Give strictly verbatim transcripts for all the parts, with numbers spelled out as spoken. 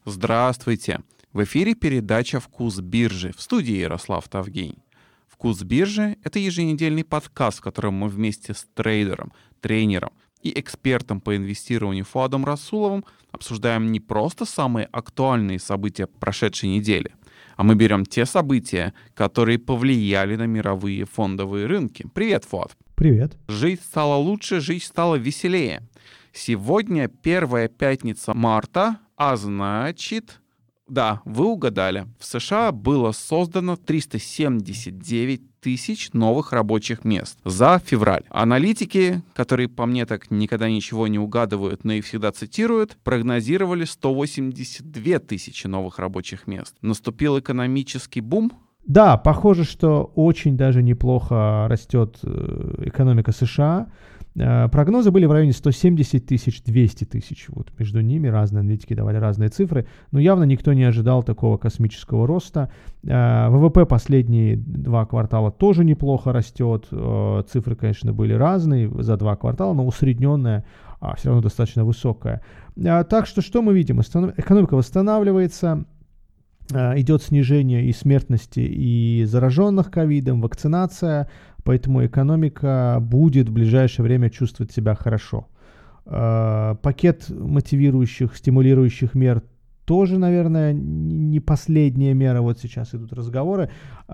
Здравствуйте! В эфире передача «Вкус биржи», в студии Ярослав Тавгень. «Вкус биржи» — это еженедельный подкаст, в котором мы вместе с трейдером, тренером и экспертом по инвестированию Фуадом Расуловым обсуждаем не просто самые актуальные события прошедшей недели, а мы берем те события, которые повлияли на мировые фондовые рынки. Привет, Фуад! Привет! Жизнь стала лучше, жизнь стала веселее. Сегодня первая пятница марта, а значит... Да, вы угадали. В США было создано триста семьдесят девять тысяч новых рабочих мест за февраль. Аналитики, которые по мне так никогда ничего не угадывают, но и всегда цитируют, прогнозировали сто восемьдесят две тысячи новых рабочих мест. Наступил экономический бум? Да, похоже, что очень даже неплохо растет экономика США. Прогнозы были в районе сто семьдесят тысяч - двести тысяч. Вот между ними разные аналитики давали разные цифры. Но явно никто не ожидал такого космического роста. ВВП последние два квартала тоже неплохо растет. Цифры, конечно, были разные за два квартала, но усредненная все равно достаточно высокая. Так что что мы видим? Экономика восстанавливается. Идет снижение и смертности, и зараженных ковидом, вакцинация, поэтому экономика будет в ближайшее время чувствовать себя хорошо. Пакет мотивирующих, стимулирующих мер тоже, наверное, не последняя мера. Вот сейчас идут разговоры.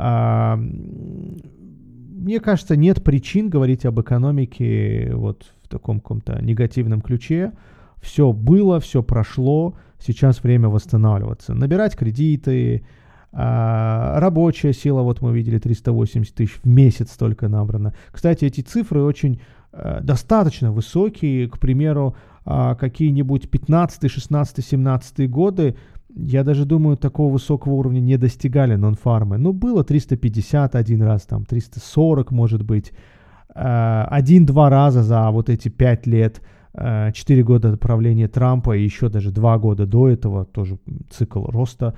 Мне кажется, нет причин говорить об экономике вот в таком каком-то негативном ключе. Все было, все прошло. Сейчас время восстанавливаться, набирать кредиты, а, рабочая сила, вот мы видели, триста восемьдесят тысяч в месяц только набрано. Кстати, эти цифры очень а, достаточно высокие, к примеру, а, какие-нибудь пятнадцатый, шестнадцатый, семнадцатый годы, я даже думаю, такого высокого уровня не достигали нон-фармы. Ну, было триста пятьдесят один раз, там триста сорок, может быть, а, один-два раза за вот эти пять лет. Четыре года правления Трампа и еще даже два года до этого, тоже цикл роста,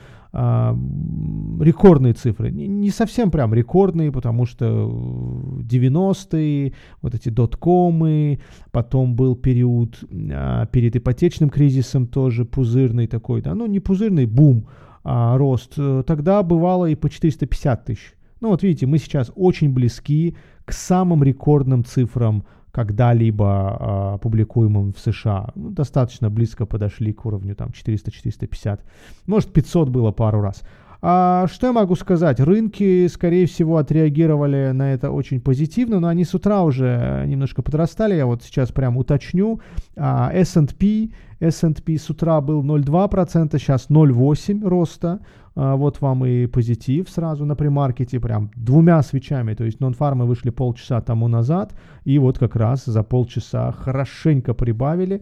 рекордные цифры. Не совсем прям рекордные, потому что девяностые, вот эти доткомы, потом был период перед ипотечным кризисом тоже пузырный такой, да, ну не пузырный, бум, а рост. Тогда бывало и по четыреста пятьдесят тысяч. Ну вот видите, мы сейчас очень близки к самым рекордным цифрам когда-либо а, публикуемым в США. Ну, достаточно близко подошли к уровню там четыреста - четыреста пятьдесят. Может, пятьсот было пару раз. А что я могу сказать? Рынки, скорее всего, отреагировали на это очень позитивно, но они с утра уже немножко подрастали. Я вот сейчас прям уточню. А, эс энд пи, эс энд пи с утра был ноль целых два десятых процента, сейчас ноль целых восемь десятых роста. А, вот вам и позитив сразу на премаркете, прям двумя свечами. То есть нон-фармы вышли полчаса тому назад, и вот как раз за полчаса хорошенько прибавили.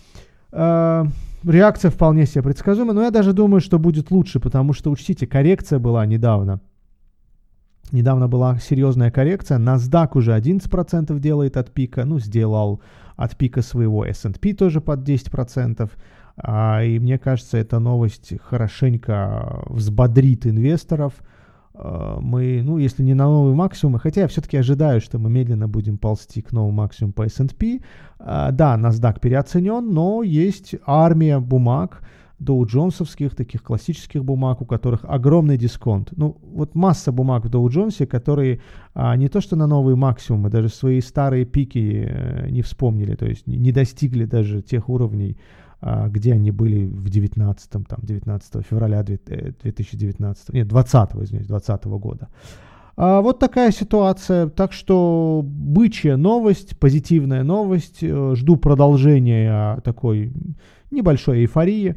А, реакция вполне себе предсказуема, но я даже думаю, что будет лучше, потому что, учтите, коррекция была недавно. Недавно была серьезная коррекция. NASDAQ уже одиннадцать процентов делает от пика, ну, сделал от пика своего. эс энд пи тоже под десять процентов. А, и мне кажется, эта новость хорошенько взбодрит инвесторов. А, мы, ну, если не на новые максимумы, хотя я все-таки ожидаю, что мы медленно будем ползти к новому максимуму по эс энд пи. А, да, NASDAQ переоценен, но есть армия бумаг, доу-джонсовских, таких классических бумаг, у которых огромный дисконт. Ну, вот масса бумаг в доу-джонсе, которые а, не то что на новые максимумы, даже свои старые пики э, не вспомнили, то есть не достигли даже тех уровней, где они были в девятнадцатом, там, девятнадцатого февраля две тысячи девятнадцатого, нет, двадцатого, извиняюсь, двадцатого года. А вот такая ситуация, так что бычья новость, позитивная новость, жду продолжения такой небольшой эйфории,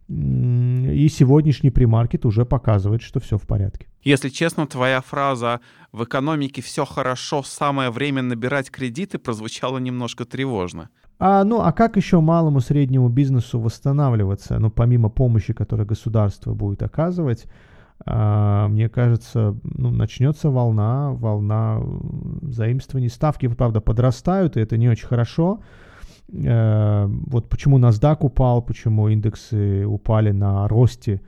и сегодняшний премаркет уже показывает, что все в порядке. Если честно, твоя фраза «в экономике все хорошо, самое время набирать кредиты» прозвучала немножко тревожно. А, ну, а как еще малому среднему бизнесу восстанавливаться, ну, помимо помощи, которую государство будет оказывать, а, мне кажется, ну, начнется волна, волна заимствований. Ставки, правда, подрастают, и это не очень хорошо. А, вот почему NASDAQ упал, почему индексы упали на росте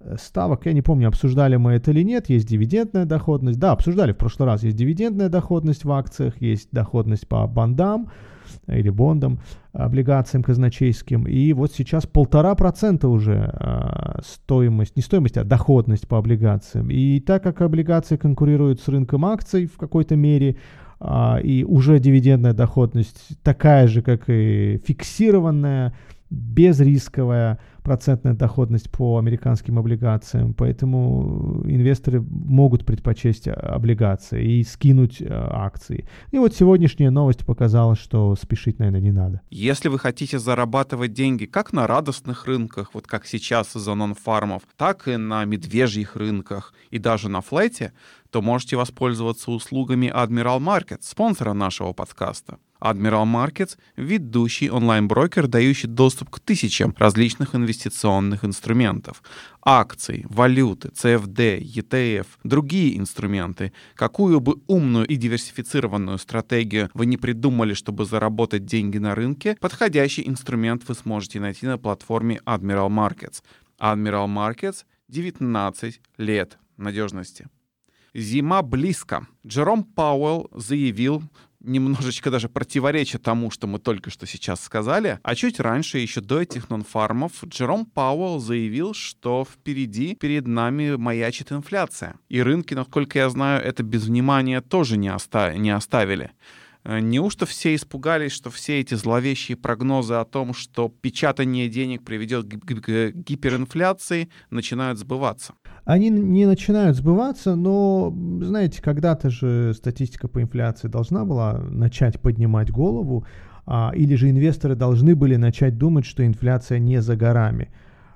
ставок. Я не помню, обсуждали мы это или нет. Есть дивидендная доходность. Да, обсуждали в прошлый раз. Есть дивидендная доходность в акциях, есть доходность по бандам или бондам, облигациям казначейским. И вот сейчас полтора процента уже а, стоимость, не стоимость, а доходность по облигациям. И так как облигации конкурируют с рынком акций в какой-то мере, а, и уже дивидендная доходность такая же, как и фиксированная, безрисковая процентная доходность по американским облигациям, поэтому инвесторы могут предпочесть облигации и скинуть э, акции. И вот сегодняшняя новость показала, что спешить, наверное, не надо. Если вы хотите зарабатывать деньги как на радостных рынках, вот как сейчас из-за нон-фармов, так и на медвежьих рынках и даже на флете, то можете воспользоваться услугами Admiral Markets, спонсора нашего подкаста. Admiral Markets — ведущий онлайн-брокер, дающий доступ к тысячам различных инвестиционных инструментов. Акций, валюты, си эф ди, и ти эф, другие инструменты. Какую бы умную и диверсифицированную стратегию вы не придумали, чтобы заработать деньги на рынке, подходящий инструмент вы сможете найти на платформе Admiral Markets. Admiral Markets — девятнадцать лет надежности. Зима близко. Джером Пауэлл заявил, немножечко даже противореча тому, что мы только что сейчас сказали, а чуть раньше, еще до этих нон-фармов, Джером Пауэлл заявил, что впереди, перед нами маячит инфляция. И рынки, насколько я знаю, это без внимания тоже не, оста- не оставили. Неужто все испугались, что все эти зловещие прогнозы о том, что печатание денег приведет к гиперинфляции, начинают сбываться? Они не начинают сбываться, но, знаете, когда-то же статистика по инфляции должна была начать поднимать голову, а, или же инвесторы должны были начать думать, что инфляция не за горами.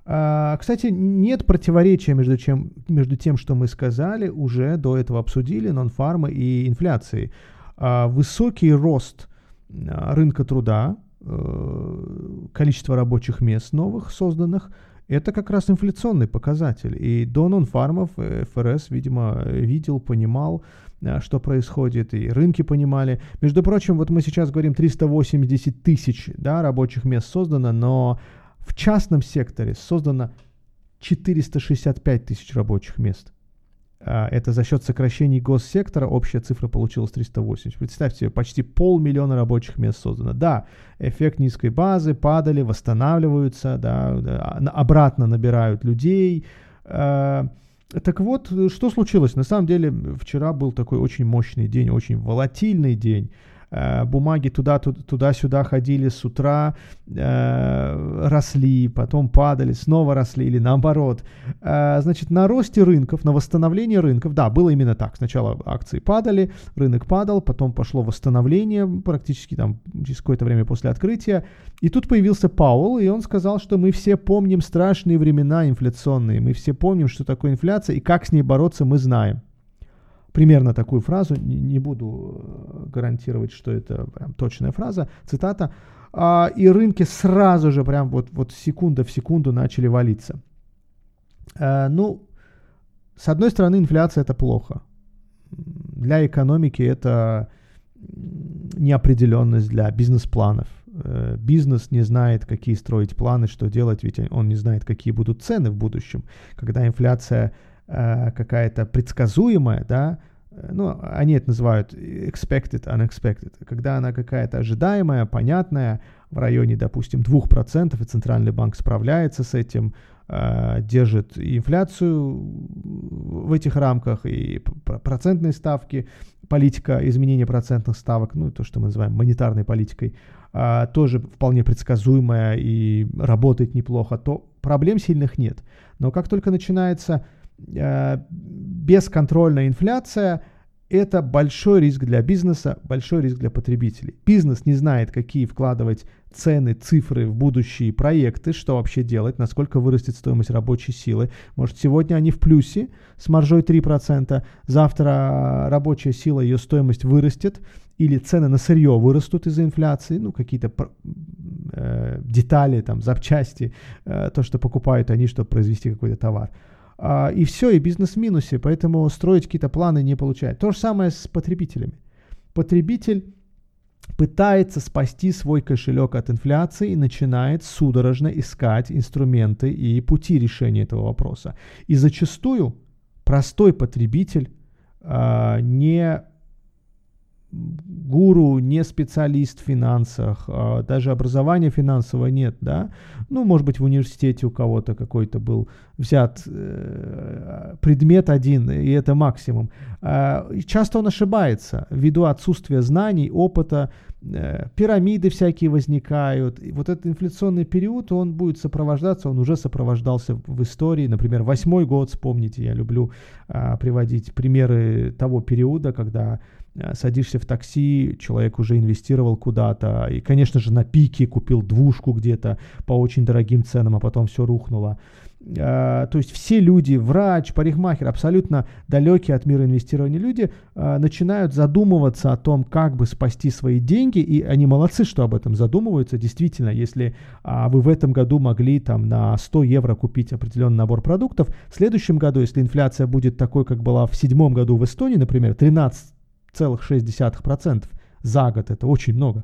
А, кстати, нет противоречия между, чем, между тем, что мы сказали, уже до этого обсудили, нон-фармы и инфляцией. А, высокий рост рынка труда, количество рабочих мест новых созданных, это как раз инфляционный показатель. И до нон-фармов эф эр эс, видимо, видел, понимал, что происходит, и рынки понимали. Между прочим, вот мы сейчас говорим, триста восемьдесят тысяч, да, рабочих мест создано, но в частном секторе создано четыреста шестьдесят пять тысяч рабочих мест. Это за счет сокращений госсектора общая цифра получилась триста восемьдесят. Представьте себе, почти полмиллиона рабочих мест создано. Да, эффект низкой базы, падали, восстанавливаются, да, обратно набирают людей. Так вот, что случилось? На самом деле, вчера был такой очень мощный день, очень волатильный день. Бумаги туда, туда-сюда ходили с утра, э, росли, потом падали, снова росли или наоборот. Э, значит, на росте рынков, на восстановлении рынков, да, было именно так. Сначала акции падали, рынок падал, потом пошло восстановление практически там через какое-то время после открытия. И тут появился Пауэлл, и он сказал, что мы все помним страшные времена инфляционные, мы все помним, что такое инфляция, и как с ней бороться мы знаем. Примерно такую фразу, не буду гарантировать, что это прям точная фраза, цитата, а, и рынки сразу же прям вот, вот секунда в секунду начали валиться. А, ну, с одной стороны, инфляция — это плохо. Для экономики это неопределенность, для бизнес-планов. Бизнес не знает, какие строить планы, что делать, ведь он не знает, какие будут цены в будущем. Когда инфляция какая-то предсказуемая, да, ну, они это называют expected, unexpected, когда она какая-то ожидаемая, понятная, в районе, допустим, двух процентов, и Центральный банк справляется с этим, э, держит инфляцию в этих рамках, и процентные ставки, политика изменения процентных ставок, ну, то, что мы называем монетарной политикой, э, тоже вполне предсказуемая и работает неплохо, то проблем сильных нет. Но как только начинается бесконтрольная инфляция, это большой риск для бизнеса, большой риск для потребителей. Бизнес не знает, какие вкладывать цены, цифры в будущие проекты, что вообще делать, насколько вырастет стоимость рабочей силы. Может, сегодня они в плюсе с маржой три процента, завтра рабочая сила, ее стоимость вырастет, или цены на сырье вырастут из-за инфляции, ну, какие-то э, детали, там, запчасти, э, то, что покупают они, чтобы произвести какой-то товар. Uh, и все, и бизнес в минусе, поэтому строить какие-то планы не получает. То же самое с потребителями. Потребитель пытается спасти свой кошелек от инфляции и начинает судорожно искать инструменты и пути решения этого вопроса. И зачастую простой потребитель, э, не гуру, не специалист в финансах, э, даже образования финансового нет, да, ну, может быть, в университете у кого-то какой-то был взят э, предмет один, и это максимум. Э, часто он ошибается ввиду отсутствия знаний, опыта, э, пирамиды всякие возникают. И вот этот инфляционный период, он будет сопровождаться, он уже сопровождался в истории, например, восьмой год, вспомните, я люблю э, приводить примеры того периода, когда садишься в такси, человек уже инвестировал куда-то, и, конечно же, на пике купил двушку где-то по очень дорогим ценам, а потом все рухнуло. То есть все люди, врач, парикмахер, абсолютно далекие от мира инвестирования люди, начинают задумываться о том, как бы спасти свои деньги, и они молодцы, что об этом задумываются. Действительно, если вы в этом году могли там на сто евро купить определенный набор продуктов, в следующем году, если инфляция будет такой, как была в седьмом году в Эстонии, например, тринадцать целых шесть десятых процента за год, это очень много,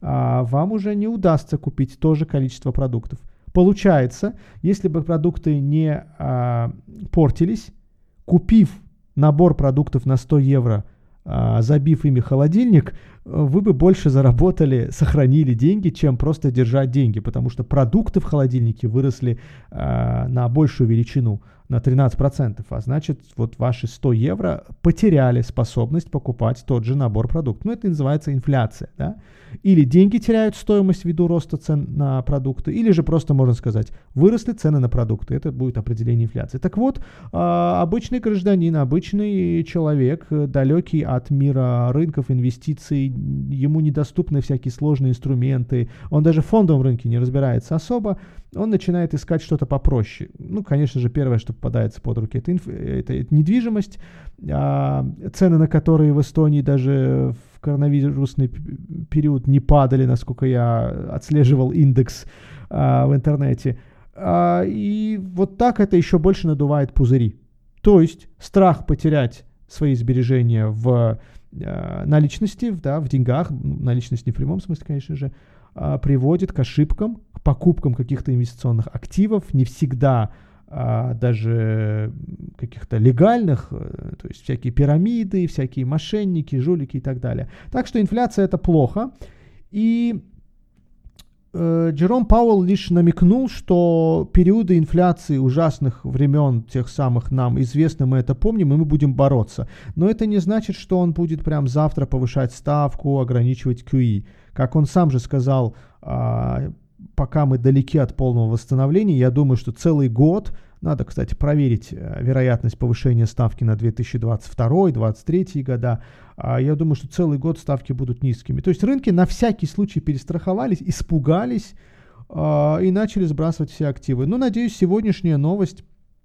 а вам уже не удастся купить то же количество продуктов. Получается, если бы продукты не а, портились, купив набор продуктов на сто евро, а, забив ими холодильник, вы бы больше заработали, сохранили деньги, чем просто держать деньги, потому что продукты в холодильнике выросли а, на большую величину, на тринадцать процентов, а значит, вот ваши сто евро потеряли способность покупать тот же набор продуктов. Ну, это называется инфляция, да? Или деньги теряют стоимость ввиду роста цен на продукты, или же просто, можно сказать, выросли цены на продукты. Это будет определение инфляции. Так вот, обычный гражданин, обычный человек, далекий от мира рынков, инвестиций, ему недоступны всякие сложные инструменты, он даже в фондовом рынке не разбирается особо, он начинает искать что-то попроще. Ну, конечно же, первое, что попадается под руки, это, инф... это, это недвижимость, а, цены на которые в Эстонии даже в коронавирусный период не падали, насколько я отслеживал индекс а, в интернете. А, и вот так это еще больше надувает пузыри. То есть страх потерять свои сбережения в а, наличности, да, в деньгах, наличность не в прямом смысле, конечно же, а, приводит к ошибкам, к покупкам каких-то инвестиционных активов, не всегда а, даже каких-то легальных, то есть всякие пирамиды, всякие мошенники, жулики и так далее. Так что инфляция — это плохо. И э, Джером Пауэлл лишь намекнул, что периоды инфляции ужасных времен, тех самых нам известны, мы это помним, и мы будем бороться. Но это не значит, что он будет прям завтра повышать ставку, ограничивать кью и. Как он сам же сказал, э, пока мы далеки от полного восстановления, я думаю, что целый год, надо, кстати, проверить э, вероятность повышения ставки на две тысячи двадцать второй — две тысячи двадцать третий года, а я думаю, что целый год ставки будут низкими. То есть рынки на всякий случай перестраховались, испугались э, и начали сбрасывать все активы. Но, надеюсь, сегодняшняя новость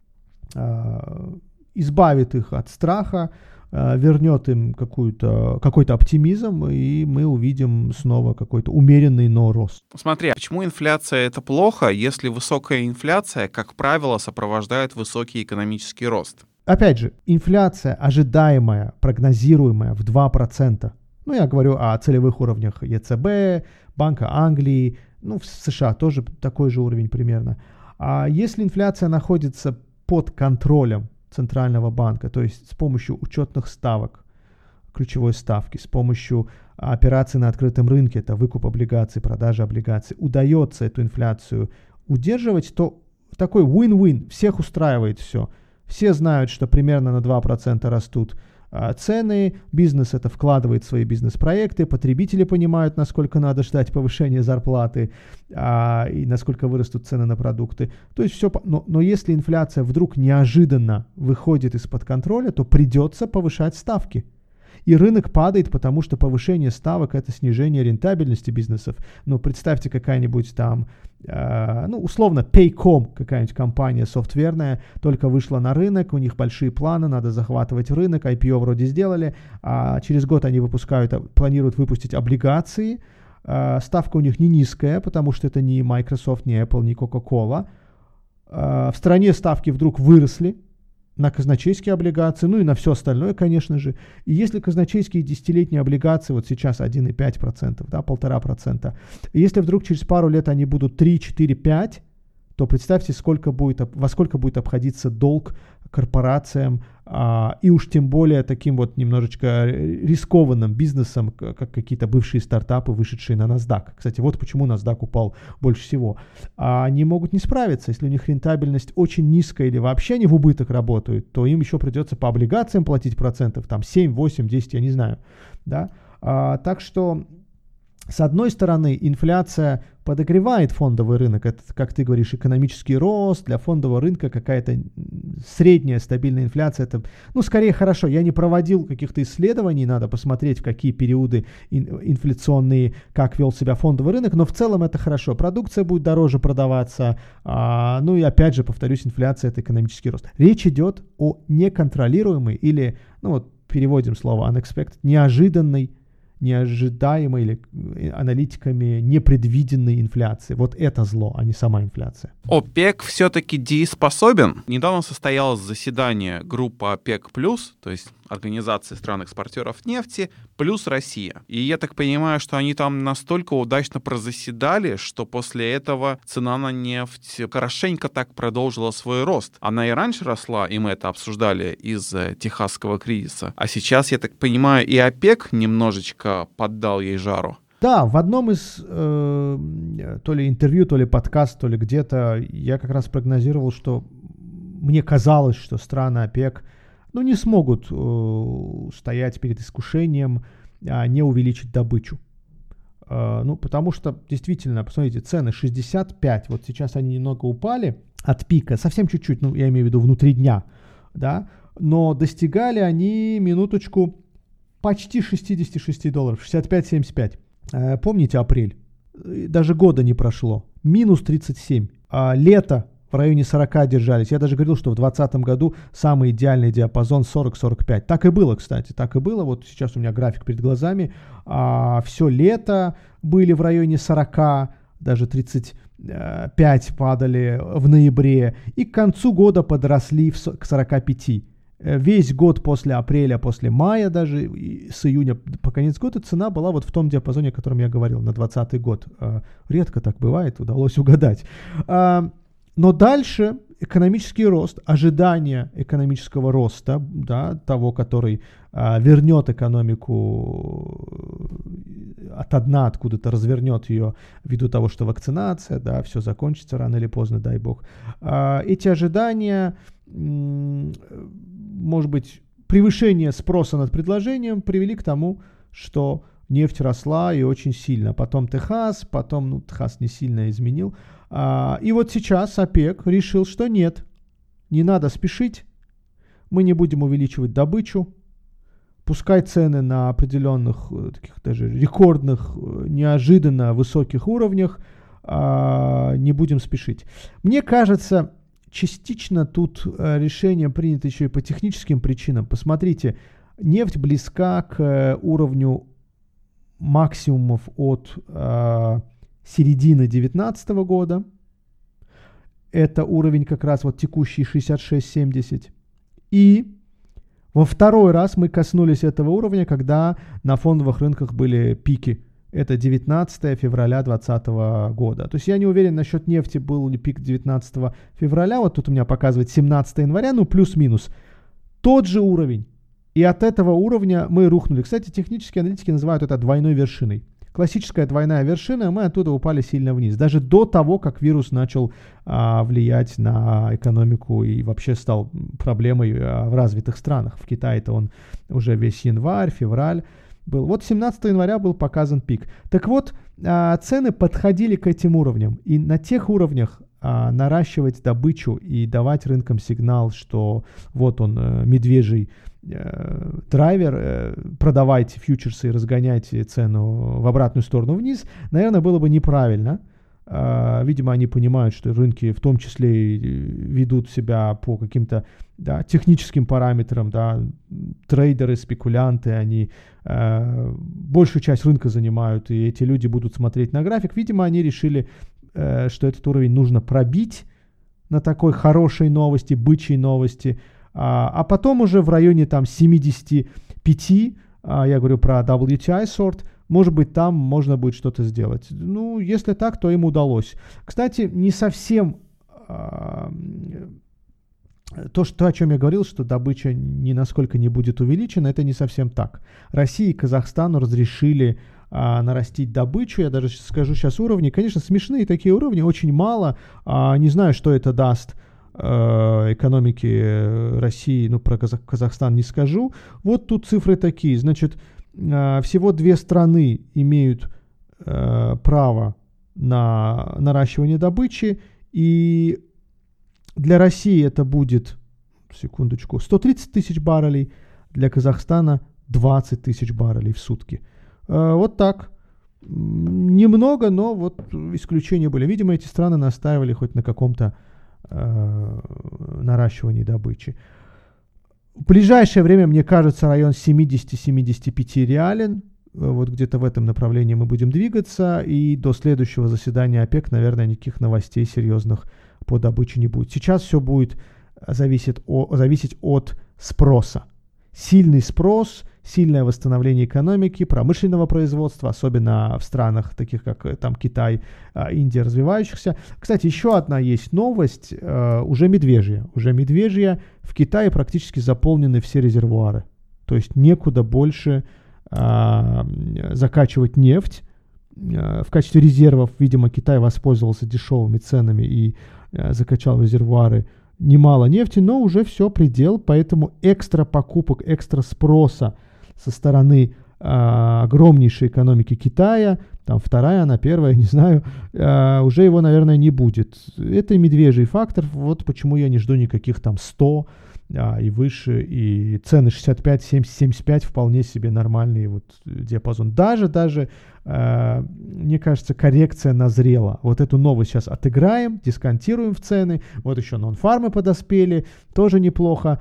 э, избавит их от страха, вернет им какую-то, какой-то оптимизм, и мы увидим снова какой-то умеренный, но рост. Смотри, почему инфляция — это плохо, если высокая инфляция, как правило, сопровождает высокий экономический рост? Опять же, инфляция ожидаемая, прогнозируемая в два процента. Ну, я говорю о целевых уровнях е цэ бэ, Банка Англии, ну, в США тоже такой же уровень примерно. А если инфляция находится под контролем Центрального банка, то есть с помощью учетных ставок, ключевой ставки, с помощью операций на открытом рынке, это выкуп облигаций, продажа облигаций, удается эту инфляцию удерживать, то такой win-win, всех устраивает все. Все знают, что примерно на два процента растут а, цены, бизнес это вкладывает в свои бизнес-проекты, потребители понимают, насколько надо ждать повышения зарплаты а, и насколько вырастут цены на продукты. То есть все, но, но если инфляция вдруг неожиданно выходит из-под контроля, то придется повышать ставки. И рынок падает, потому что повышение ставок — это снижение рентабельности бизнесов. Ну, представьте, какая-нибудь там, э, ну, условно, Paycom, какая-нибудь компания софтверная, только вышла на рынок, у них большие планы, надо захватывать рынок, ай пи о вроде сделали, а через год они выпускают, планируют выпустить облигации. Э, ставка у них не низкая, потому что это не Microsoft, не Apple, не Coca-Cola. Э, в стране ставки вдруг выросли, на казначейские облигации, ну и на все остальное, конечно же. И если казначейские десятилетние облигации вот сейчас один и пять десятых процента, да, полтора процента, и если вдруг через пару лет они будут три, четыре, пять, то представьте, сколько будет, во сколько будет обходиться долг корпорациям, а, и уж тем более таким вот немножечко рискованным бизнесом, как какие-то бывшие стартапы, вышедшие на NASDAQ. Кстати, вот почему NASDAQ упал больше всего. А они могут не справиться, если у них рентабельность очень низкая или вообще они в убыток работают, то им еще придется по облигациям платить процентов, там семь, восемь, десять, я не знаю. Да? А, так что, с одной стороны, инфляция подогревает фондовый рынок. Это, как ты говоришь, экономический рост. Для фондового рынка какая-то средняя стабильная инфляция. Это, ну, скорее хорошо. Я не проводил каких-то исследований. Надо посмотреть, в какие периоды инфляционные, как вел себя фондовый рынок. Но в целом это хорошо. Продукция будет дороже продаваться. А, ну и опять же, повторюсь, инфляция – это экономический рост. Речь идет о неконтролируемой или, ну вот переводим слово unexpected, неожиданной, неожидаемой или аналитиками непредвиденной инфляции. Вот это зло, а не сама инфляция. ОПЕК все-таки дееспособен. Недавно состоялось заседание группы ОПЕК+, то есть Организации стран-экспортеров нефти, плюс Россия. И я так понимаю, что они там настолько удачно прозаседали, что после этого цена на нефть хорошенько так продолжила свой рост. Она и раньше росла, и мы это обсуждали из-за техасского кризиса. А сейчас, я так понимаю, и ОПЕК немножечко поддал ей жару. Да, в одном из э, то ли интервью, то ли подкаст, то ли где-то я как раз прогнозировал, что мне казалось, что страны ОПЕК ну, не смогут э, стоять перед искушением э, не увеличить добычу. Э, ну, потому что, действительно, посмотрите, цены шестьдесят пять, вот сейчас они немного упали от пика, совсем чуть-чуть, ну, я имею в виду внутри дня, да, но достигали они, минуточку, почти шестьдесят шесть долларов, шестьдесят пять семьдесят пять. Э, помните апрель? Даже года не прошло, минус тридцать семь. А лето в районе сорок держались. Я даже говорил, что в двадцатом году самый идеальный диапазон сорок сорок пять. Так и было, кстати, так и было. Вот сейчас у меня график перед глазами. А, все лето были в районе сорок, даже тридцать пять падали в ноябре. И к концу года подросли в, к сорока пяти. Весь год после апреля, после мая даже, с июня по конец года цена была вот в том диапазоне, о котором я говорил, на двадцатый год. А, редко так бывает, удалось угадать. А, Но дальше экономический рост, ожидание экономического роста, да, того, который а, вернет экономику от дна, откуда-то развернет ее ввиду того, что вакцинация, да, все закончится рано или поздно, дай бог. А, эти ожидания, м- может быть, превышение спроса над предложением привели к тому, что нефть росла и очень сильно. Потом Техас, потом, ну, Техас не сильно изменил. А, и вот сейчас ОПЕК решил, что нет, не надо спешить, мы не будем увеличивать добычу, пускай цены на определенных, таких даже рекордных, неожиданно высоких уровнях, а, не будем спешить. Мне кажется, частично тут решение принято еще и по техническим причинам. Посмотрите, нефть близка к уровню максимумов от а, середины две тысячи девятнадцатого года. Это уровень как раз вот текущий шестьдесят шесть семьдесят. И во второй раз мы коснулись этого уровня, когда на фондовых рынках были пики. Это девятнадцатого февраля двадцатого года. То есть я не уверен насчет нефти, был ли пик девятнадцатого февраля. Вот тут у меня показывает семнадцатого января, ну плюс-минус. Тот же уровень. И от этого уровня мы рухнули. Кстати, технические аналитики называют это двойной вершиной. Классическая двойная вершина, мы оттуда упали сильно вниз. Даже до того, как вирус начал а, влиять на экономику и вообще стал проблемой а, в развитых странах. В Китае-то он уже весь январь, февраль был. Вот семнадцатого января был показан пик. Так вот, а, цены подходили к этим уровням. И на тех уровнях а, наращивать добычу и давать рынкам сигнал, что вот он, медвежий драйвер, продавайте фьючерсы и разгоняйте цену в обратную сторону вниз, наверное, было бы неправильно. Видимо, они понимают, что рынки в том числе ведут себя по каким-то, да, техническим параметрам, да, трейдеры, спекулянты, они э, большую часть рынка занимают, и эти люди будут смотреть на график. Видимо, они решили, э, что этот уровень нужно пробить на такой хорошей новости, бычьей новости. А, а потом уже в районе там семьдесят пять, а, я говорю про дабл ю ти ай сорт, может быть, там можно будет что-то сделать. Ну, если так, то им удалось. Кстати, не совсем а, то, что, о чем я говорил, что добыча ни насколько не будет увеличена, это не совсем так. России и Казахстану разрешили а, нарастить добычу. Я даже скажу сейчас уровни. Конечно, смешные такие уровни, очень мало. А, не знаю, что это даст а, экономике России, ну, про Казах- Казахстан не скажу. Вот тут цифры такие. Значит, а, всего две страны имеют а, право на наращивание добычи, и для России это будет, секундочку, сто тридцать тысяч баррелей, для Казахстана двадцать тысяч баррелей в сутки. Э, вот так. Немного, но вот исключения были. Видимо, эти страны настаивали хоть на каком-то э, наращивании добычи. В ближайшее время, мне кажется, район семьдесят - семьдесят пять реален. Вот где-то в этом направлении мы будем двигаться. И до следующего заседания ОПЕК, наверное, никаких новостей серьезных по добыче не будет. Сейчас все будет зависеть, о, зависеть от спроса. Сильный спрос, сильное восстановление экономики, промышленного производства, особенно в странах, таких как там Китай, Индия, развивающихся. Кстати, еще одна есть новость, уже медвежья. Уже медвежья. В Китае практически заполнены все резервуары. То есть некуда больше а, закачивать нефть. В качестве резервов, видимо, Китай воспользовался дешевыми ценами и закачал в резервуары немало нефти, но уже все, предел, поэтому экстра покупок, экстра спроса со стороны э, огромнейшей экономики Китая, там вторая, она первая, не знаю, э, уже его, наверное, не будет. Это медвежий фактор, вот почему я не жду никаких там сто а, и выше, и цены шестьдесят пять - семьдесят пять вполне себе нормальный вот диапазон. Даже, даже, э, мне кажется, коррекция назрела. Вот эту новость сейчас отыграем, дисконтируем в цены, вот еще нон-фармы подоспели, тоже неплохо,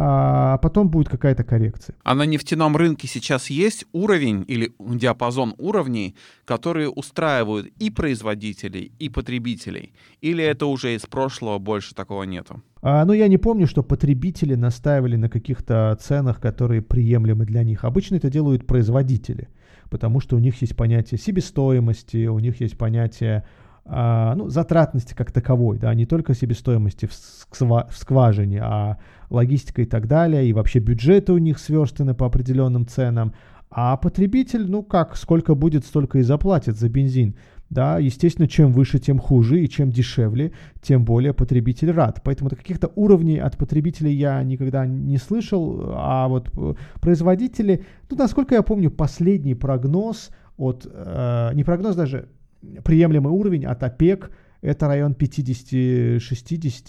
а потом будет какая-то коррекция. А на нефтяном рынке сейчас есть уровень или диапазон уровней, которые устраивают и производителей, и потребителей? Или это уже из прошлого, больше такого нету? А, ну, я не помню, что потребители настаивали на каких-то ценах, которые приемлемы для них. Обычно это делают производители, потому что у них есть понятие себестоимости, у них есть понятие а, ну, затратности как таковой, да, не только себестоимости в, сква- в скважине, а логистика и так далее, и вообще бюджеты у них сверстаны по определенным ценам. А потребитель, ну как, сколько будет, столько и заплатит за бензин. Да, естественно, чем выше, тем хуже, и чем дешевле, тем более потребитель рад. Поэтому каких-то уровней от потребителей я никогда не слышал, а вот производители, ну, насколько я помню, последний прогноз от, э, не прогноз даже, приемлемый уровень от ОПЕК, это район пятьдесят - шестьдесят,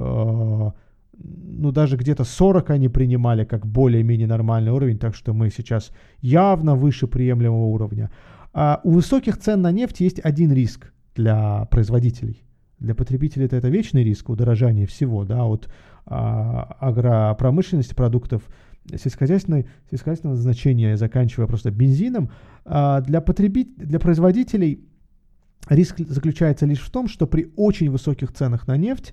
э, ну, даже где-то сорок они принимали как более-менее нормальный уровень, так что мы сейчас явно выше приемлемого уровня. А у высоких цен на нефть есть один риск для производителей. Для потребителей это, это вечный риск удорожания всего, да, от а, агропромышленности, продуктов сельскохозяйственной, сельскохозяйственного значения, заканчивая просто бензином. А для, потребит... для производителей риск заключается лишь в том, что при очень высоких ценах на нефть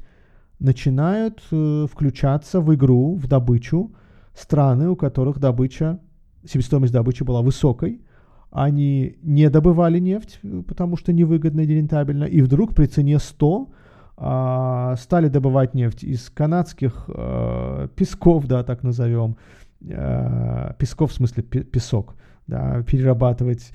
начинают э, включаться в игру, в добычу страны, у которых добыча, себестоимость добычи была высокой. Они не добывали нефть, потому что невыгодно и нерентабельно, и вдруг при цене сто а, стали добывать нефть из канадских а, песков, да, так назовем, а, песков в смысле песок, да, перерабатывать,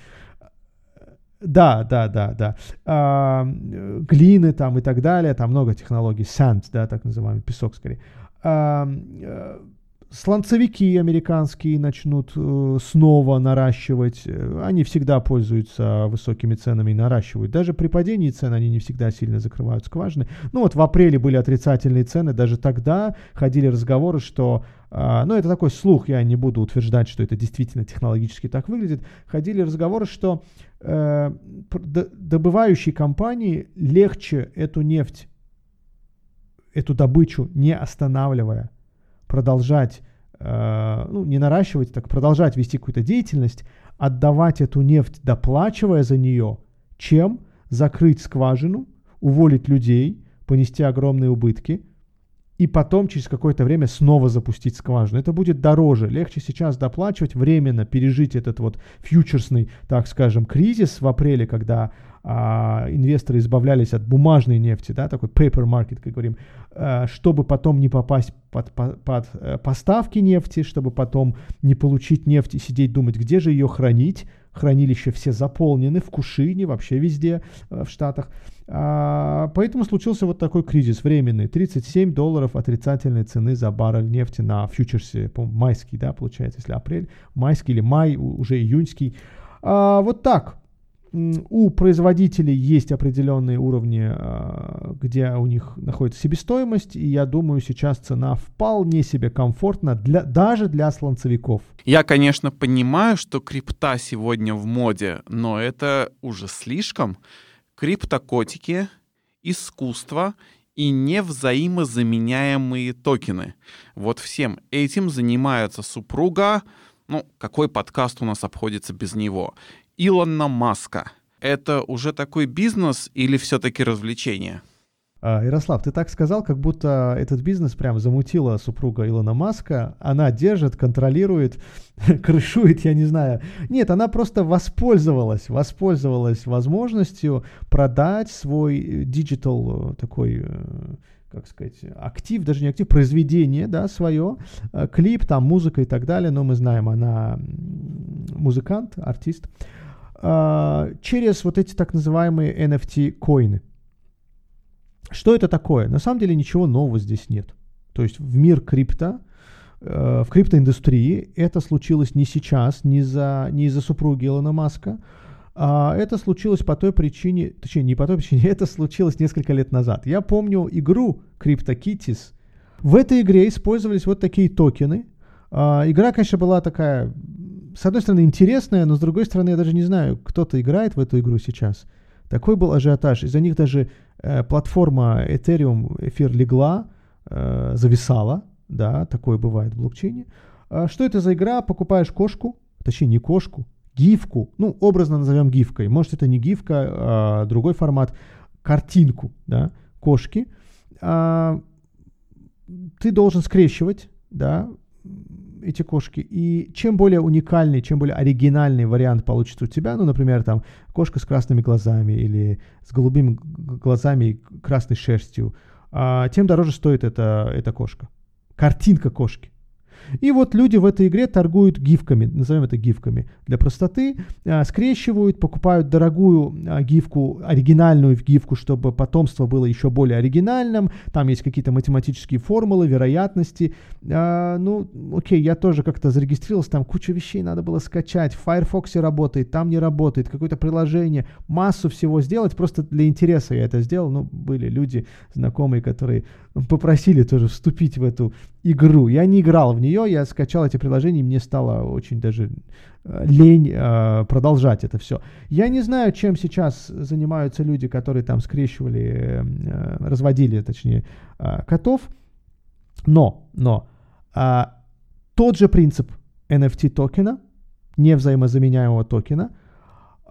да, да, да, да, а, глины там и так далее, там много технологий, sand, да, так называемый песок скорее. А, Сланцевики американские начнут э, снова наращивать. Они всегда пользуются высокими ценами и наращивают. Даже при падении цен они не всегда сильно закрывают скважины. Ну вот в апреле были отрицательные цены. Даже тогда ходили разговоры, что... Э, ну это такой слух, я не буду утверждать, что это действительно технологически так выглядит. Ходили разговоры, что э, добывающие компании легче эту нефть, эту добычу не останавливая, продолжать, э, ну, не наращивать, так продолжать вести какую-то деятельность, отдавать эту нефть, доплачивая за нее, чем закрыть скважину, уволить людей, понести огромные убытки и потом через какое-то время снова запустить скважину. Это будет дороже. Легче сейчас доплачивать, временно пережить этот вот фьючерсный, так скажем, кризис в апреле, когда а, инвесторы избавлялись от бумажной нефти, да, такой paper market, как говорим, а, чтобы потом не попасть под, под, под а, поставки нефти, чтобы потом не получить нефть и сидеть думать, где же ее хранить. Хранилища все заполнены в Кушине, вообще везде а, в Штатах. А, поэтому случился вот такой кризис временный. тридцать семь долларов отрицательной цены за баррель нефти на фьючерсе, по-моему, майский, да, получается, если апрель, майский или май, уже июньский. А, вот так. У производителей есть определенные уровни, а, где у них находится себестоимость, и я думаю, сейчас цена вполне себе комфортна для, даже для сланцевиков. Я, конечно, понимаю, что крипта сегодня в моде, но это уже слишком. Криптокотики, искусство и невзаимозаменяемые токены. Вот всем этим занимается супруга, ну, какой подкаст у нас обходится без него, Илона Маска. Это уже такой бизнес или все-таки развлечение? А, Ярослав, ты так сказал, как будто этот бизнес прям замутила супруга Илона Маска. Она держит, контролирует, крышует, я не знаю. Нет, она просто воспользовалась, воспользовалась возможностью продать свой диджитал такой, как сказать, актив, даже не актив, произведение, да, свое, клип, там, музыка и так далее. Но мы знаем, она музыкант, артист. Через вот эти так называемые эн эф ти-коины. Что это такое? На самом деле ничего нового здесь нет. То есть в мир крипто, э, в криптоиндустрии это случилось не сейчас, не, за, не из-за супруги Илона Маска, а это случилось по той причине, точнее не по той причине, это случилось несколько лет назад. Я помню игру CryptoKitties. В этой игре использовались вот такие токены. А, игра, конечно, была такая, с одной стороны, интересная, но с другой стороны, я даже не знаю, кто-то играет в эту игру сейчас. Такой был ажиотаж. Из-за них даже э, платформа Ethereum, эфир легла, э, зависала. Да, такое бывает в блокчейне. А что это за игра? Покупаешь кошку, точнее не кошку, гифку. Ну, образно назовем гифкой. Может, это не гифка, а другой формат. Картинку, да, кошки. А, ты должен скрещивать, да, эти кошки. И чем более уникальный, чем более оригинальный вариант получится у тебя, ну, например, там, кошка с красными глазами или с голубыми глазами и красной шерстью, а, тем дороже стоит эта, эта кошка. Картинка кошки. И вот люди в этой игре торгуют гифками, назовем это гифками для простоты, а, скрещивают, покупают дорогую а, гифку, оригинальную гифку, чтобы потомство было еще более оригинальным. Там есть какие-то математические формулы, вероятности. А, ну, окей, я тоже как-то зарегистрировался, там куча вещей надо было скачать. В Firefox работает, там не работает, какое-то приложение, массу всего сделать. Просто для интереса я это сделал. Ну, были люди, знакомые, которые попросили тоже вступить в эту игру. Я не играл в нее, я скачал эти приложения, и мне стало очень даже э, лень э, продолжать это все. Я не знаю, чем сейчас занимаются люди, которые там скрещивали, э, разводили, точнее, э, котов, но, но э, тот же принцип эн эф ти токена, невзаимозаменяемого токена, э,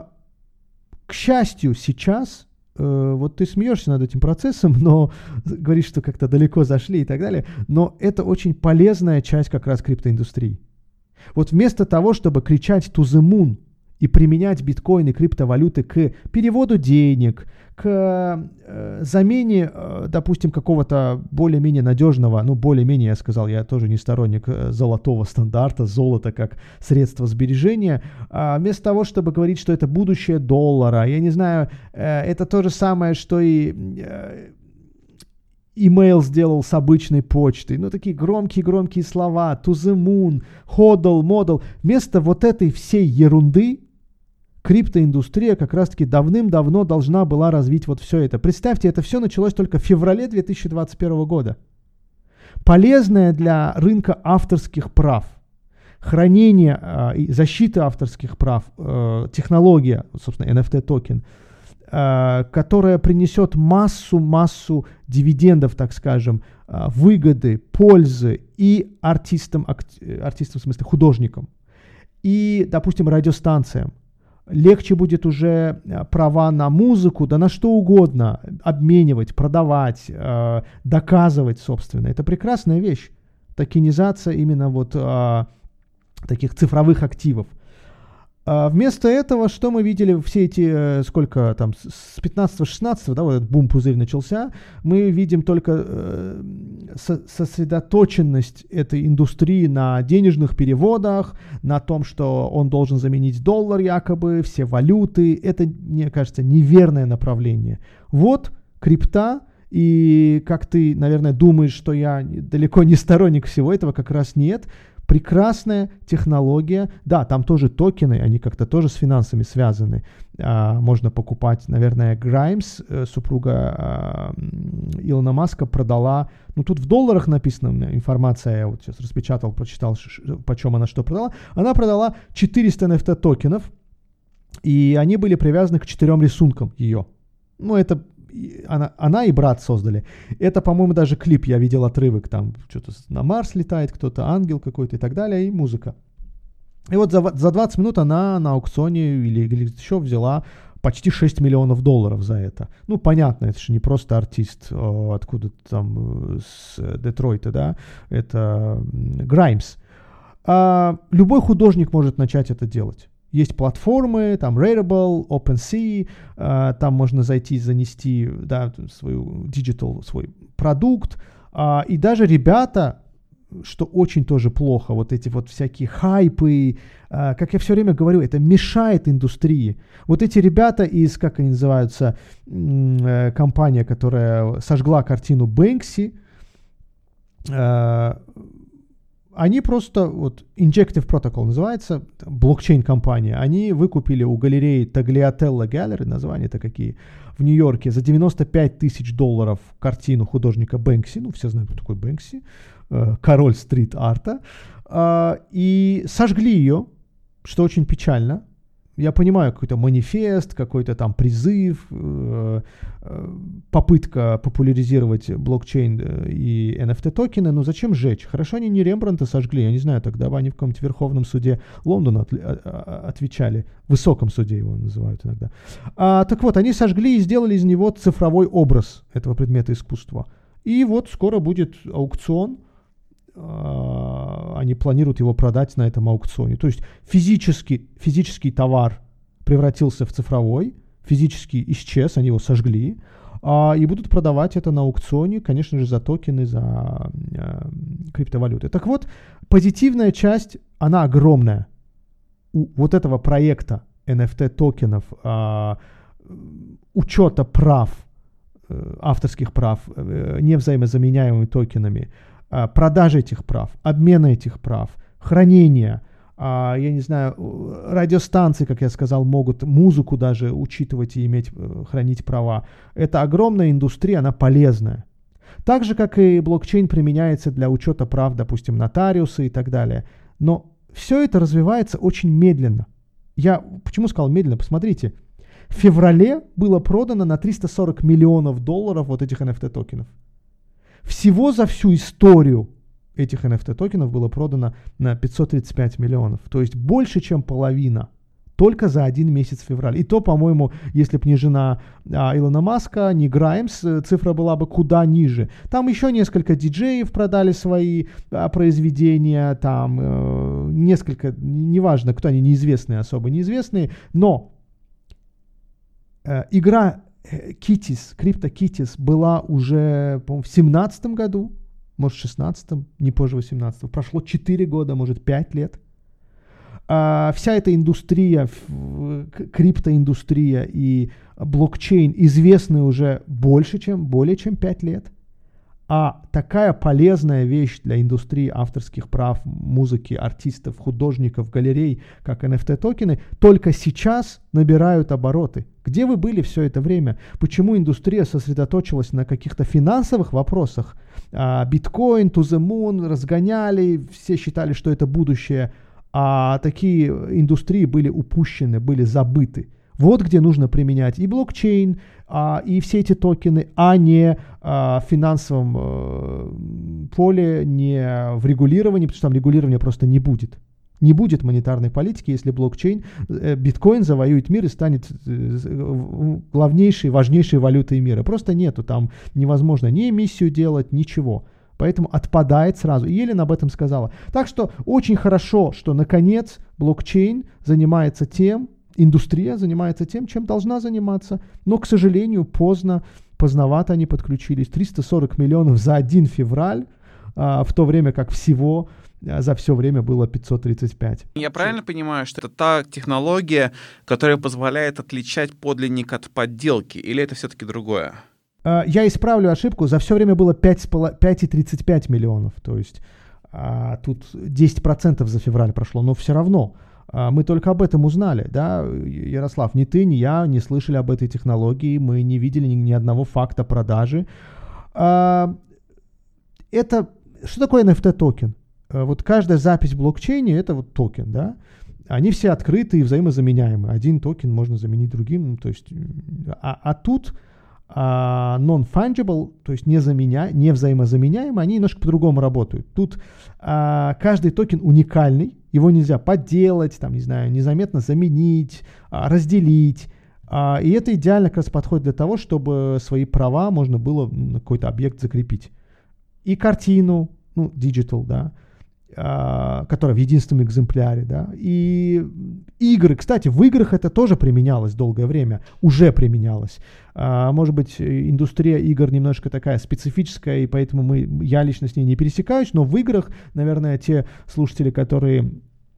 к счастью, сейчас вот ты смеешься над этим процессом, но говоришь, что как-то далеко зашли и так далее, но это очень полезная часть как раз криптоиндустрии. Вот вместо того, чтобы кричать to the moon и применять биткоин и криптовалюты к переводу денег, к э, замене, э, допустим, какого-то более-менее надежного, ну, более-менее, я сказал, я тоже не сторонник э, золотого стандарта, золото как средство сбережения, а вместо того, чтобы говорить, что это будущее доллара, я не знаю, э, это то же самое, что и э, имейл сделал с обычной почтой, ну, такие громкие-громкие слова, to the moon, hodl, model, вместо вот этой всей ерунды, криптоиндустрия как раз-таки давным-давно должна была развить вот все это. Представьте, это все началось только в феврале две тысячи двадцать первого года. Полезная для рынка авторских прав, хранение э, и защита авторских прав, э, технология, собственно, эн эф ти-токен, э, которая принесет массу-массу дивидендов, так скажем, э, выгоды, пользы и артистам, акти- артистам, в смысле художникам, и, допустим, радиостанциям. легче будет уже права на музыку, да на что угодно обменивать, продавать, э, доказывать, собственно. Это прекрасная вещь. Токенизация именно вот э, таких цифровых активов. А вместо этого, что мы видели все эти, сколько там, с пятнадцатого-шестнадцатого, да, вот этот бум-пузырь начался, мы видим только э, со- сосредоточенность этой индустрии на денежных переводах, на том, что он должен заменить доллар якобы, все валюты. Это, мне кажется, неверное направление. Вот крипта, и как ты, наверное, думаешь, что я далеко не сторонник всего этого, как раз нет. Прекрасная технология. Да, там тоже токены, они как-то тоже с финансами связаны. А, можно покупать, наверное, Граймс, э, супруга а, Илона Маска, продала, ну тут в долларах написана информация, я вот сейчас распечатал, прочитал, почем она что продала. Она продала четыреста эн эф ти токенов, и они были привязаны к четырем рисункам ее. Ну это... Она, она и брат создали. Это, по-моему, даже клип, я видел отрывок, там что-то на Марс летает кто-то, ангел какой-то и так далее, и музыка. И вот за, за двадцать минут она на аукционе или, или еще взяла почти шесть миллионов долларов за это. Ну, понятно, это же не просто артист о, откуда-то там с Детройта, да, это Граймс. А любой художник может начать это делать. Есть платформы, там Rarible, OpenSea, э, там можно зайти, занести, да, свою digital, свой продукт. Э, и даже ребята, что очень тоже плохо, вот эти вот всякие хайпы, э, как я все время говорю, это мешает индустрии. Вот эти ребята из, как они называются, э, компания, которая сожгла картину Бэнкси, э, они просто, вот Injective Protocol называется, блокчейн-компания, они выкупили у галереи Tagliatella Gallery, названия-то какие, в Нью-Йорке за девяносто пять тысяч долларов картину художника Бэнкси, ну все знают, кто такой Бэнкси, э, король стрит-арта, э, и сожгли ее, что очень печально. Я понимаю, какой-то манифест, какой-то там призыв, э, э, попытка популяризировать блокчейн и эн эф ти токены, но зачем сжечь? Хорошо, они не Рембрандта сожгли, я не знаю, тогда бы они в каком-нибудь Верховном суде Лондона от, а, отвечали, в высоком суде его называют иногда. А, так вот, они сожгли и сделали из него цифровой образ этого предмета искусства. И вот скоро будет аукцион, они планируют его продать на этом аукционе. То есть физически, физический товар превратился в цифровой, физически исчез, они его сожгли, а, и будут продавать это на аукционе, конечно же, за токены, за а, криптовалюты. Так вот, позитивная часть, она огромная. У вот этого проекта эн эф ти токенов, а, учета прав, авторских прав, невзаимозаменяемыми токенами, продажи этих прав, обмена этих прав, хранения, а, я не знаю, радиостанции, как я сказал, могут музыку даже учитывать и иметь, хранить права. Это огромная индустрия, она полезная. Так же, как и блокчейн применяется для учета прав, допустим, нотариусы и так далее. Но все это развивается очень медленно. Я почему сказал медленно? Посмотрите, в феврале было продано на триста сорок миллионов долларов вот этих эн эф ти токенов. Всего за всю историю этих эн эф ти токенов было продано на пятьсот тридцать пять миллионов. То есть больше, чем половина. Только за один месяц февраля. И то, по-моему, если бы не жена а, Илона Маска, не Граймс, цифра была бы куда ниже. Там еще несколько диджеев продали свои а, произведения. Там э, несколько, неважно, кто они, неизвестные, особо неизвестные. Но э, игра Kitties, CryptoKitties была уже, по-моему, в семнадцатом году, может, в шестнадцатом, не позже восемнадцатого. Прошло четыре года, может, пять лет. А вся эта индустрия, криптоиндустрия и блокчейн известны уже больше, чем, более чем пять лет. А такая полезная вещь для индустрии авторских прав, музыки, артистов, художников, галерей, как эн эф ти токены, только сейчас набирают обороты. Где вы были все это время? Почему индустрия сосредоточилась на каких-то финансовых вопросах? Биткоин, to the moon разгоняли, все считали, что это будущее, а такие индустрии были упущены, были забыты. Вот где нужно применять и блокчейн, а, и все эти токены, а не а, в финансовом а, поле, не в регулировании, потому что там регулирования просто не будет. Не будет монетарной политики, если блокчейн, биткоин завоюет мир и станет главнейшей, важнейшей валютой мира. Просто нету, там невозможно ни эмиссию делать, ничего. Поэтому отпадает сразу. И Елен об этом сказала. Так что очень хорошо, что наконец блокчейн занимается тем, индустрия занимается тем, чем должна заниматься. Но, к сожалению, поздно, поздновато они подключились. триста сорок миллионов за один февраль, а, в то время как всего за все время было пятьсот тридцать пять. Я правильно понимаю, что это та технология, которая позволяет отличать подлинник от подделки, или это все-таки другое? Я исправлю ошибку. За все время было пять целых тридцать пять миллионов. То есть а, тут десять процентов за февраль прошло, но все равно а, мы только об этом узнали, да, Ярослав? Ни ты, ни я не слышали об этой технологии, мы не видели ни, ни одного факта продажи. А, это что такое эн эф ти-токен? Вот каждая запись в блокчейне — это вот токен, да? Они все открыты и взаимозаменяемы. Один токен можно заменить другим, то есть, а, а тут а, non-fungible, то есть не, заменя, не взаимозаменяемые, они немножко по-другому работают. Тут а, каждый токен уникальный, его нельзя подделать, там, не знаю, незаметно заменить, а, разделить. А, и это идеально как раз подходит для того, чтобы свои права можно было на какой-то объект закрепить. И картину, ну, digital, да, которая в единственном экземпляре, да, и игры, кстати, в играх это тоже применялось долгое время, уже применялось. А, может быть, индустрия игр немножко такая специфическая, и поэтому мы, я лично с ней не пересекаюсь, но в играх, наверное, те слушатели, которые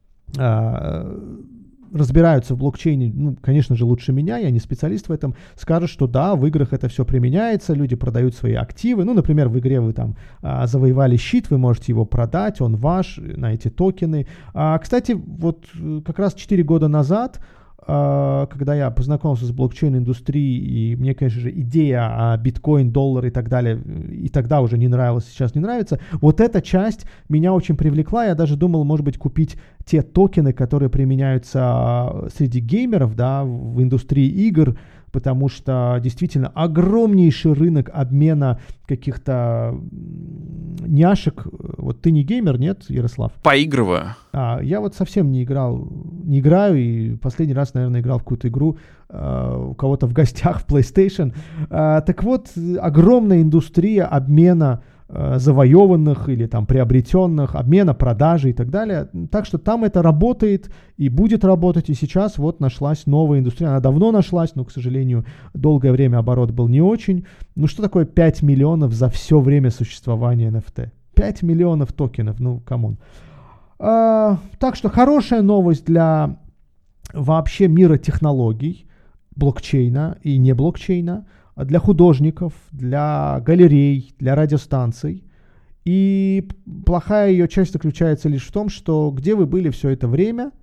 а, разбираются в блокчейне, ну, конечно же, лучше меня, я не специалист в этом, скажут, что да, в играх это все применяется, люди продают свои активы, ну, например, в игре вы там а, завоевали щит, вы можете его продать, он ваш, на эти токены. А, кстати, вот как раз четыре года назад, а, когда я познакомился с блокчейн-индустрией, и мне, конечно же, идея а, биткоин, доллар и так далее, и тогда уже не нравилась, сейчас не нравится, вот эта часть меня очень привлекла, я даже думал, может быть, купить те токены, которые применяются среди геймеров, да, в индустрии игр, потому что действительно огромнейший рынок обмена каких-то няшек. Вот ты не геймер, нет, Ярослав? Поигрываю. А, я вот совсем не играл, не играю, и последний раз, наверное, играл в какую-то игру а, у кого-то в гостях в PlayStation. А, так вот, огромная индустрия обмена завоеванных или там приобретенных, обмена, продажи и так далее. Так что там это работает и будет работать. И сейчас вот нашлась новая индустрия. Она давно нашлась, но, к сожалению, долгое время оборот был не очень. Ну что такое пять миллионов за все время существования эн эф ти? пять миллионов токенов, ну камон. А, так что хорошая новость для вообще мира технологий, блокчейна и не блокчейна, для художников, для галерей, для радиостанций. И плохая ее часть заключается лишь в том, что где вы были все это время.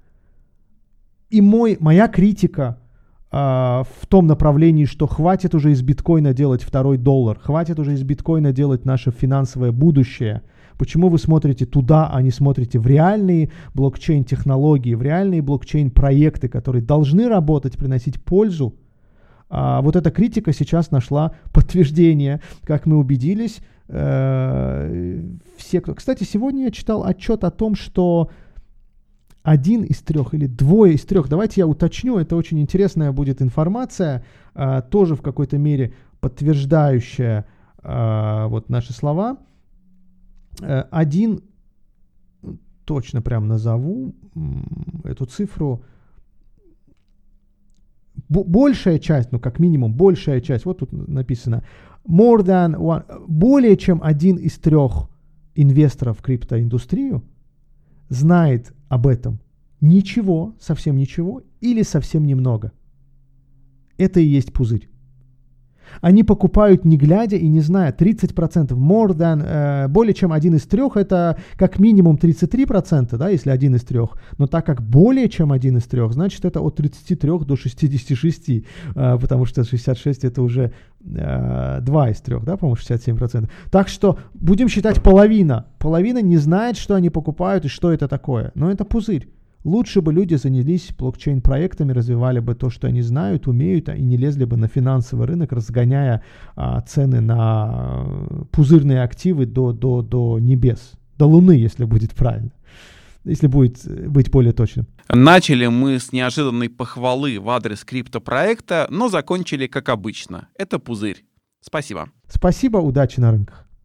И мой, моя критика э, в том направлении, что хватит уже из биткоина делать второй доллар, хватит уже из биткоина делать наше финансовое будущее. Почему вы смотрите туда, а не смотрите в реальные блокчейн-технологии, в реальные блокчейн-проекты, которые должны работать, приносить пользу? А вот эта критика сейчас нашла подтверждение, как мы убедились. Э, все, кто... Кстати, сегодня я читал отчет о том, что один из трех или двое из трех, давайте я уточню, это очень интересная будет информация, э, тоже в какой-то мере подтверждающая э, вот наши слова. Э, один, точно прям назову эту цифру, большая часть, ну как минимум большая часть, вот тут написано, more than one, более чем один из трех инвесторов в криптоиндустрию знает об этом ничего, совсем ничего или совсем немного. Это и есть пузырь. Они покупают не глядя и не зная. тридцать процентов, more than, э, более чем один из трех, это как минимум тридцать три процента, да, если один из трех. Но так как более чем один из трех, значит это от тридцати трёх до шестидесяти шести, э, потому что шестьдесят шесть это уже э, два из трех, да, по-моему, шестьдесят семь процентов. Так что будем считать половина. Половина не знает, что они покупают и что это такое. Но это пузырь. Лучше бы люди занялись блокчейн-проектами, развивали бы то, что они знают, умеют, и не лезли бы на финансовый рынок, разгоняя а, цены на пузырные активы до, до, до небес, до Луны, если будет правильно. если будет быть более точным. Начали мы с неожиданной похвалы в адрес криптопроекта, но закончили как обычно. Это пузырь. Спасибо. Спасибо, удачи на рынках.